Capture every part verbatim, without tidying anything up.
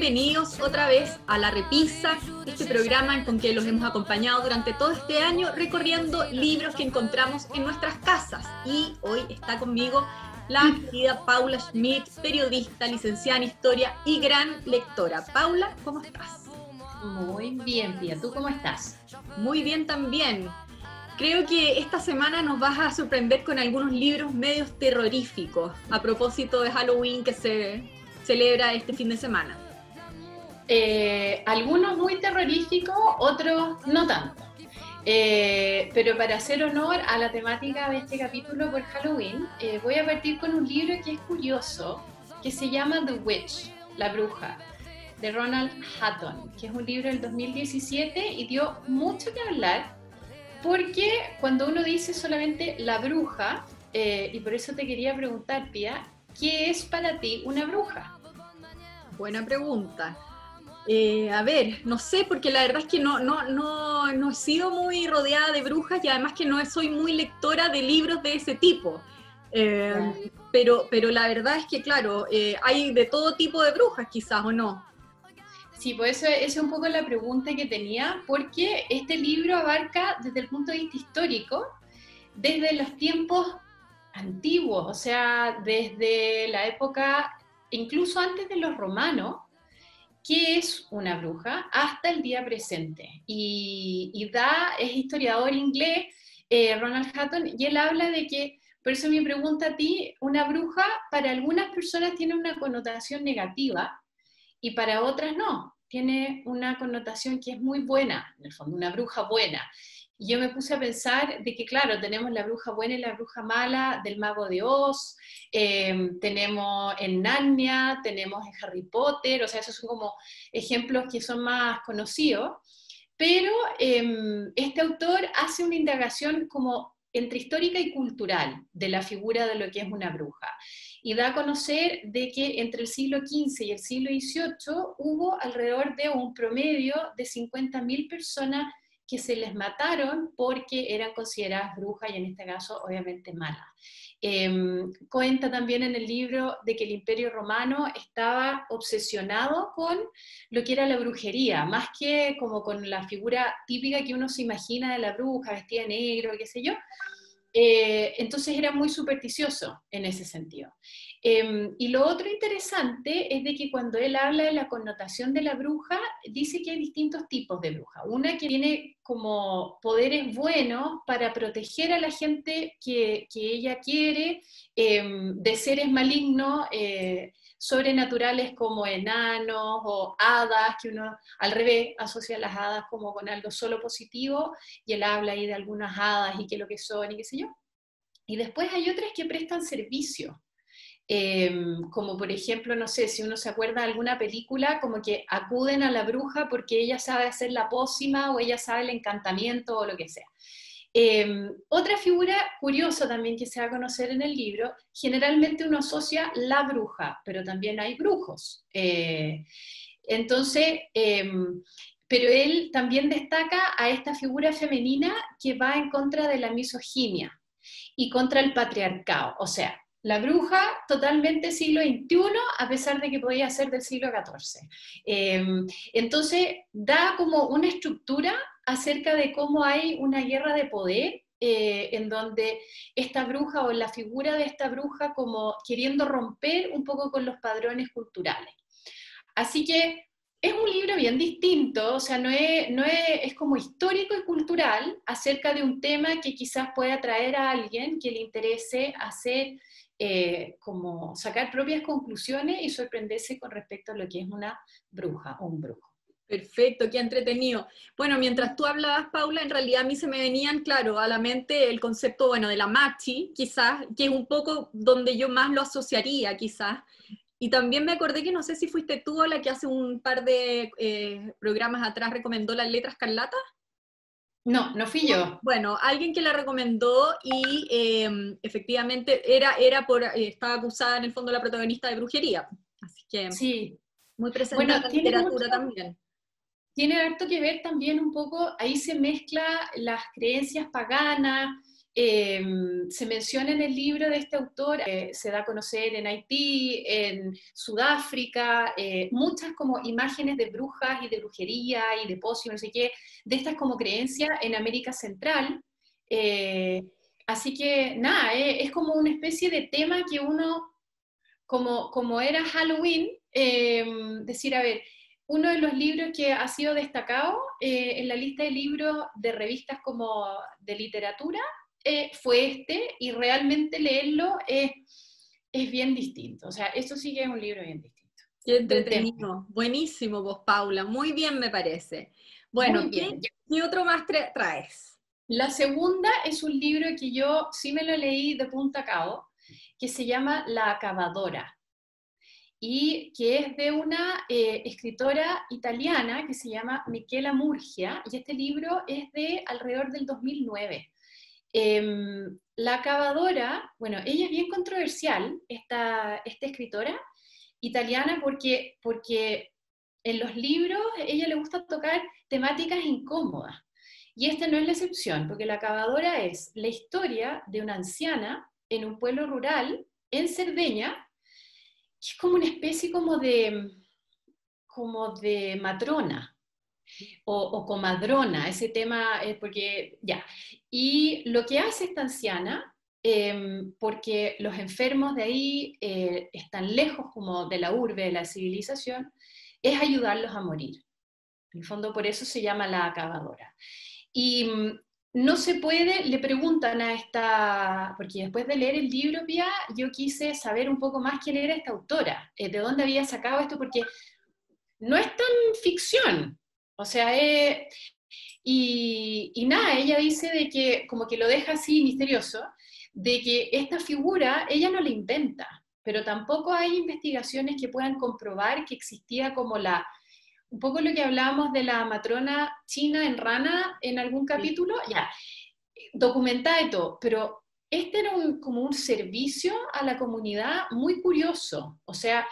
bienvenidos otra vez a La Repisa, este programa con que los hemos acompañado durante todo este año recorriendo libros que encontramos en nuestras casas. Y hoy está conmigo la querida Paula Schmidt, periodista, licenciada en Historia y gran lectora. Paula, ¿cómo estás? Muy bien, tía. ¿Tú cómo estás? Muy bien también. Creo que esta semana nos vas a sorprender con algunos libros medios terroríficos a propósito de Halloween que se celebra este fin de semana. Eh, algunos muy terroríficos, otros no tanto. Eh, pero para hacer honor a la temática de este capítulo por Halloween, eh, voy a partir con un libro que es curioso, que se llama The Witch, La Bruja, de Ronald Hutton, que es un libro del dos mil diecisiete y dio mucho que hablar, porque cuando uno dice solamente La Bruja, eh, y por eso te quería preguntar, Pía, ¿qué es para ti una bruja? Buena pregunta. Eh, a ver, no sé, porque la verdad es que no, no, no, no he sido muy rodeada de brujas y además que no soy muy lectora de libros de ese tipo. Eh, Yeah. pero, pero la verdad es que, claro, eh, hay de todo tipo de brujas quizás, ¿o no? Sí, pues eso, esa es un poco la pregunta que tenía, porque este libro abarca desde el punto de vista histórico, desde los tiempos antiguos, o sea, desde la época, incluso antes de los romanos, qué es una bruja, hasta el día presente. Y, y da, es historiador inglés, eh, Ronald Hutton, y él habla de que, por eso mi pregunta a ti, una bruja para algunas personas tiene una connotación negativa, y para otras no, tiene una connotación que es muy buena, en el fondo, una bruja buena. Y yo me puse a pensar de que, claro, tenemos la bruja buena y la bruja mala del Mago de Oz, eh, tenemos en Narnia, tenemos en Harry Potter, o sea, esos son como ejemplos que son más conocidos, pero eh, este autor hace una indagación como entre histórica y cultural de la figura de lo que es una bruja. Y da a conocer de que entre el siglo quince y el siglo dieciocho hubo alrededor de un promedio de cincuenta mil personas que se les mataron porque eran consideradas brujas y en este caso obviamente malas. Eh, cuenta también en el libro de que el Imperio Romano estaba obsesionado con lo que era la brujería, más que como con la figura típica que uno se imagina de la bruja, vestida de negro, qué sé yo. Eh, entonces era muy supersticioso en ese sentido. Eh, y lo otro interesante es de que cuando él habla de la connotación de la bruja, dice que hay distintos tipos de bruja. Una que tiene como poderes buenos para proteger a la gente que, que ella quiere eh, de seres malignos, eh, sobrenaturales como enanos o hadas, que uno al revés asocia a las hadas como con algo solo positivo, y él habla ahí de algunas hadas y qué lo que son y qué sé yo. Y después hay otras que prestan servicio, eh, como por ejemplo, no sé, si uno se acuerda de alguna película, como que acuden a la bruja porque ella sabe hacer la pócima o ella sabe el encantamiento o lo que sea. Eh, otra figura curiosa también que se va a conocer en el libro, generalmente uno asocia la bruja, pero también hay brujos. Eh, entonces, eh, pero él también destaca a esta figura femenina que va en contra de la misoginia y contra el patriarcado. O sea, la bruja totalmente siglo veintiuno, a pesar de que podía ser del siglo catorce. Eh, entonces, da como una estructura acerca de cómo hay una guerra de poder eh, en donde esta bruja o la figura de esta bruja como queriendo romper un poco con los padrones culturales. Así que es un libro bien distinto, o sea, no es, no es, es como histórico y cultural acerca de un tema que quizás pueda atraer a alguien que le interese hacer, eh, como sacar propias conclusiones y sorprenderse con respecto a lo que es una bruja o un brujo. Perfecto, qué entretenido. Bueno, mientras tú hablabas, Paula, en realidad a mí se me venían, claro, a la mente el concepto, bueno, de la machi, quizás, que es un poco donde yo más lo asociaría, quizás. Y también me acordé que no sé si fuiste tú la que hace un par de eh, programas atrás recomendó las letras Escarlata. No, no fui yo. Bueno, alguien que la recomendó y eh, efectivamente era, era por, eh, estaba acusada en el fondo la protagonista de brujería. Así que Sí. muy presente en Bueno, la tiene mucho, literatura también. tiene harto que ver también un poco, ahí se mezcla las creencias paganas, eh, se menciona en el libro de este autor, eh, se da a conocer en Haití, en Sudáfrica, eh, muchas como imágenes de brujas y de brujería y de pócimas, no sé qué, de estas como creencias en América Central. Eh, así que nada, eh, es como una especie de tema que uno, como, como era Halloween, eh, decir, a ver, uno de los libros que ha sido destacado eh, en la lista de libros de revistas como de literatura eh, fue este, y realmente leerlo es, es bien distinto. O sea, eso sí que es un libro bien distinto. Qué De un tema. entretenido. Buenísimo vos, Paula. Muy bien me parece. Muy Bueno, ¿qué, bien. qué otro más tra- traes? La segunda es un libro que yo sí me lo leí de punta a cabo, que se llama La Acabadora, y que es de una eh, escritora italiana que se llama Michela Murgia, y este libro es de alrededor del dos mil nueve. Eh, la Acabadora, bueno, ella es bien controversial, esta, esta escritora italiana, porque, porque en los libros a ella le gusta tocar temáticas incómodas. Y esta no es la excepción, porque La Acabadora es la historia de una anciana en un pueblo rural en Cerdeña, que es como una especie como de, como de matrona o, o comadrona, ese tema, eh, porque ya. Y lo que hace esta anciana, eh, porque los enfermos de ahí eh, están lejos como de la urbe, de la civilización, es ayudarlos a morir. En el fondo por eso se llama La Acabadora. Y mm, no se puede, le preguntan a esta, porque después de leer el libro, Pia, yo quise saber un poco más quién era esta autora, eh, de dónde había sacado esto, porque no es tan ficción. O sea, eh, y, y nada, ella dice de que, como que lo deja así misterioso, de que esta figura ella no la inventa, pero tampoco hay investigaciones que puedan comprobar que existía como la, un poco lo que hablábamos de la matrona china en rana en algún Sí. capítulo, ya, documentada y todo, pero este era un, como un servicio a la comunidad muy curioso, o sea,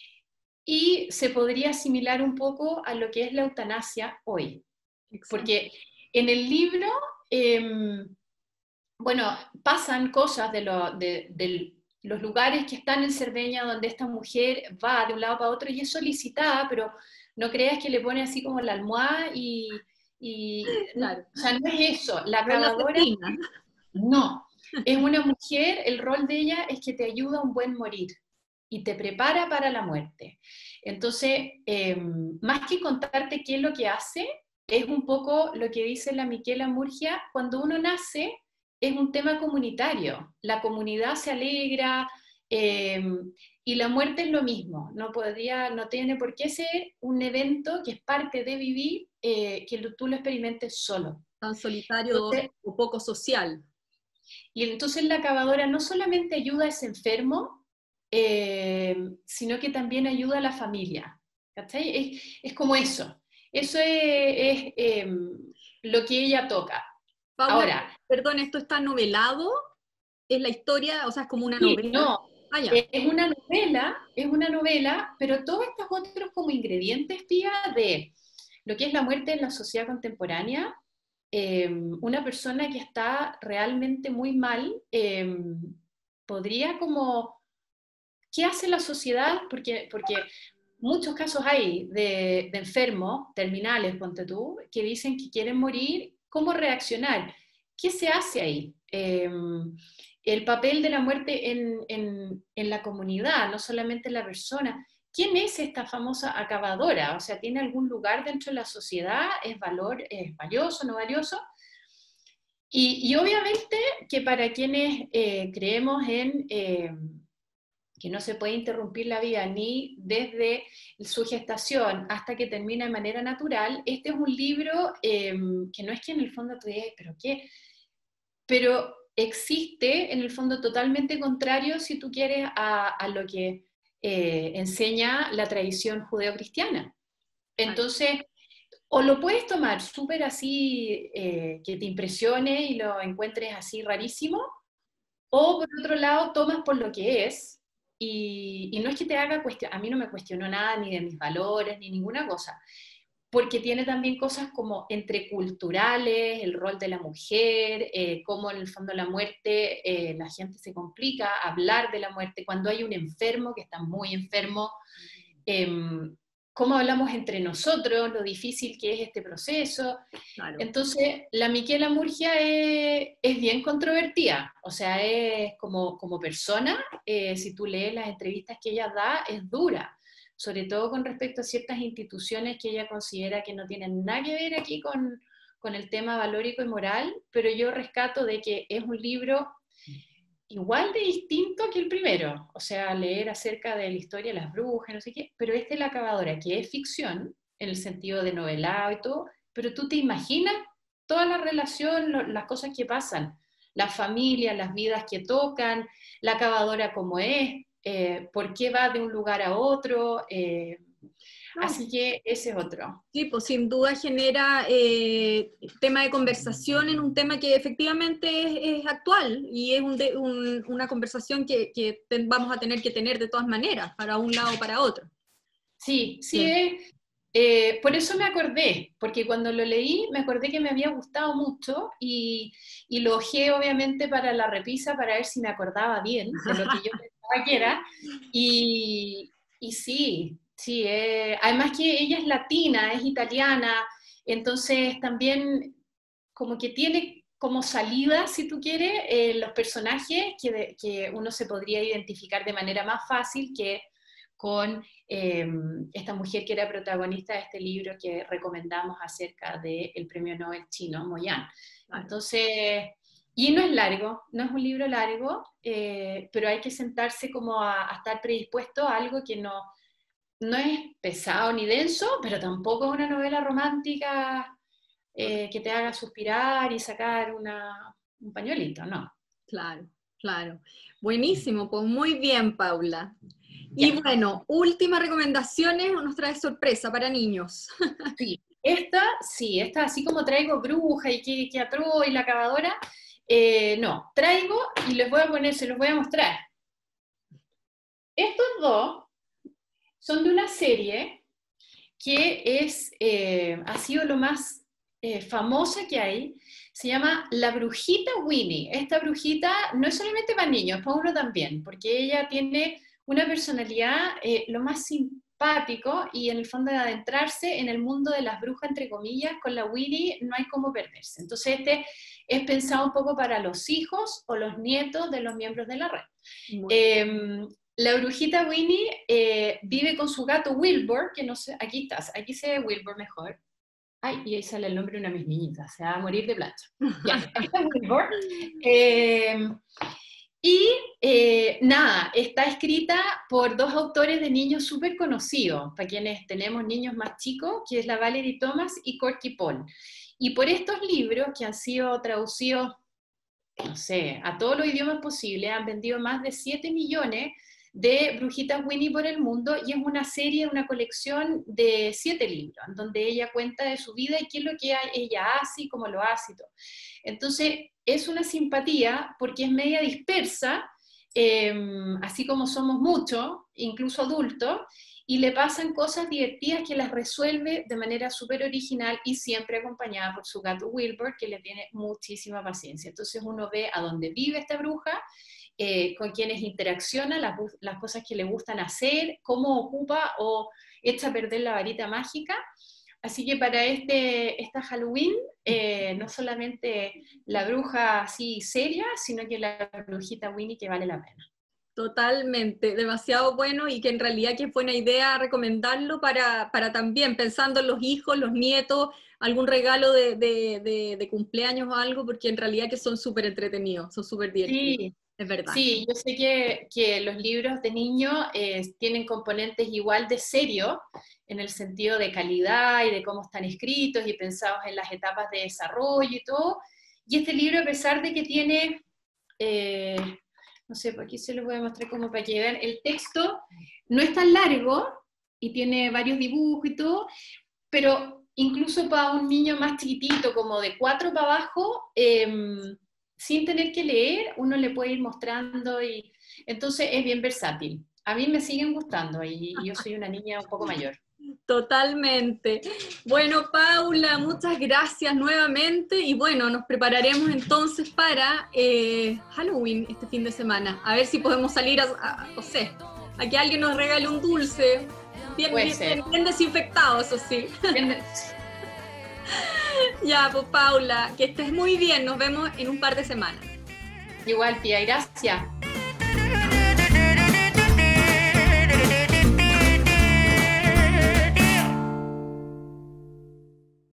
y se podría asimilar un poco a lo que es la eutanasia hoy, Exacto. porque en el libro, eh, bueno, pasan cosas de, lo, de, de, los lugares que están en Cerdeña donde esta mujer va de un lado para otro y es solicitada, pero no creas que le pone así como la almohada y, y Claro. o sea, no es eso, la No es la acabadora, asesina. no, es una mujer, el rol de ella es que te ayuda a un buen morir y te prepara para la muerte. Entonces, eh, más que contarte qué es lo que hace, es un poco lo que dice la Michela Murgia, cuando uno nace es un tema comunitario, la comunidad se alegra, eh, y la muerte es lo mismo, no, podría, no tiene por qué ser un evento que es parte de vivir, eh, que tú lo experimentes solo. Tan solitario Entonces, o poco social. y entonces la acabadora no solamente ayuda a ese enfermo, eh, sino que también ayuda a la familia. ¿Cachai? Es, es como eso. Eso es, es eh, lo que ella toca. Paula, Ahora, perdón, ¿esto está novelado? ¿Es la historia? O sea, es como una sí, novela. no, Ah, ya. es una novela, es una novela, pero todos estos otros como ingredientes, Pía, de lo que es la muerte en la sociedad contemporánea, eh, una persona que está realmente muy mal, eh, podría como, ¿qué hace la sociedad? Porque, porque muchos casos hay de, de enfermos terminales, ponte tú, que dicen que quieren morir, ¿cómo reaccionar? ¿Qué se hace ahí? Eh, el papel de la muerte en, en, en, la comunidad, no solamente en la persona. ¿Quién es esta famosa acabadora? O sea, ¿tiene algún lugar dentro de la sociedad? ¿Es valor, es valioso, no valioso? Y, y obviamente que para quienes eh, creemos en eh, que no se puede interrumpir la vida ni desde su gestación hasta que termina de manera natural, este es un libro eh, que no es que en el fondo tú digas, ¿pero qué? Pero existe en el fondo totalmente contrario, si tú quieres, a, a lo que eh, enseña la tradición judeocristiana. Claro. Entonces, o lo puedes tomar súper así, eh, que te impresione y lo encuentres así rarísimo, o por otro lado, tomas por lo que es, y, y no es que te haga cuestionar, a mí no me cuestionó nada, ni de mis valores, ni ninguna cosa, porque tiene también cosas como entre culturales, el rol de la mujer, eh, cómo en el fondo la muerte, eh, la gente se complica hablar de la muerte, cuando hay un enfermo que está muy enfermo, eh, cómo hablamos entre nosotros, lo difícil que es este proceso. Claro. Entonces, la Miquela Murgia es, es bien controvertida, o sea, es como, como persona, eh, si tú lees las entrevistas que ella da, es dura, sobre todo con respecto a ciertas instituciones que ella considera que no tienen nada que ver aquí con, con el tema valórico y moral, pero yo rescato de que es un libro igual de distinto que el primero, o sea, leer acerca de la historia de las brujas, no sé qué, pero este es La Cavadora, que es ficción, en el sentido de novelado y todo, pero tú te imaginas toda la relación, lo, las cosas que pasan, las familias, las vidas que tocan, La Cavadora como es, eh, por qué va de un lugar a otro, eh, No, así que ese es otro. sí, pues sin duda genera eh, tema de conversación en un tema que efectivamente es, es actual y es un de, un, una conversación que, que ten, vamos a tener que tener de todas maneras, para un lado o para otro. Sí, sí, Sí. es, eh, por eso me acordé, porque cuando lo leí me acordé que me había gustado mucho y, y lo hojeé obviamente para la repisa para ver si me acordaba bien de lo que yo pensaba que era. Y, y sí, sí, eh, además que ella es latina, es italiana, entonces también como que tiene como salida, si tú quieres, eh, los personajes que, de, que uno se podría identificar de manera más fácil que con eh, esta mujer que era protagonista de este libro que recomendamos acerca del premio Nobel chino, Mo Yan. Claro. Entonces, y no es largo, no es un libro largo, eh, pero hay que sentarse como a, a estar predispuesto a algo que no, no es pesado ni denso, pero tampoco es una novela romántica eh, que te haga suspirar y sacar una, un pañuelito, ¿no? Claro, claro. Buenísimo, pues muy bien, Paula. Ya. Y bueno, últimas recomendaciones, nos trae sorpresa para niños. Sí, esta, sí, esta así como traigo bruja y que, que atroz y la cavadora, eh, no, traigo y les voy a poner, se los voy a mostrar. Estos dos son de una serie que es, eh, ha sido lo más eh, famosa que hay, se llama La Brujita Winnie. Esta brujita no es solamente para niños, para uno también, porque ella tiene una personalidad eh, lo más simpático y en el fondo de adentrarse en el mundo de las brujas, entre comillas, con la Winnie no hay cómo perderse. Entonces este es pensado un poco para los hijos o los nietos de los miembros de la red. Eh, la brujita Winnie eh, vive con su gato Wilbur, que no sé, aquí estás, aquí se ve Wilbur mejor. Ay, y ahí sale el nombre de una de mis niñitas, se va a morir de plancha. Ya, ahí está Wilbur. Eh, y eh, nada, está escrita por dos autores de niños súper conocidos, para quienes tenemos niños más chicos, que es la Valerie Thomas y Corky Paul. Y por estos libros que han sido traducidos, no sé, a todos los idiomas posibles, han vendido más de siete millones de Brujitas Winnie por el mundo y es una serie, una colección de siete libros, en donde ella cuenta de su vida y qué es lo que ella hace y cómo lo hace y todo. Entonces, es una simpatía porque es media dispersa, eh, así como somos muchos, incluso adultos, y le pasan cosas divertidas que las resuelve de manera súper original y siempre acompañada por su gato Wilbur, que le tiene muchísima paciencia. Entonces uno ve a dónde vive esta bruja, eh, con quienes interacciona, las, las cosas que le gustan hacer, cómo ocupa o echa a perder la varita mágica. Así que para este, esta Halloween, eh, no solamente la bruja así seria, sino que la brujita Winnie que vale la pena. Totalmente, demasiado bueno y que en realidad que es buena idea recomendarlo para, para también, pensando en los hijos, los nietos, algún regalo de, de, de, de cumpleaños o algo, porque en realidad que son súper entretenidos, son súper divertidos, Sí, es verdad. sí, yo sé que, que los libros de niños eh, tienen componentes igual de serios, en el sentido de calidad y de cómo están escritos y pensados en las etapas de desarrollo y todo. Y este libro, a pesar de que tiene, eh, no sé, por aquí se los voy a mostrar como para que vean, el texto no es tan largo y tiene varios dibujos y todo, pero incluso para un niño más chiquitito, como de cuatro para abajo, eh, sin tener que leer, uno le puede ir mostrando y entonces es bien versátil. A mí me siguen gustando y, y yo soy una niña un poco mayor. Totalmente. Bueno, Paula, muchas gracias nuevamente y bueno, nos prepararemos entonces para eh, Halloween este fin de semana. A ver si podemos salir a, a no sé, a que alguien nos regale un dulce. Bien, bien, bien, bien desinfectado, eso sí. Bien de... Ya, pues Paula, que estés muy bien. Nos vemos en un par de semanas. Igual, tía, gracias.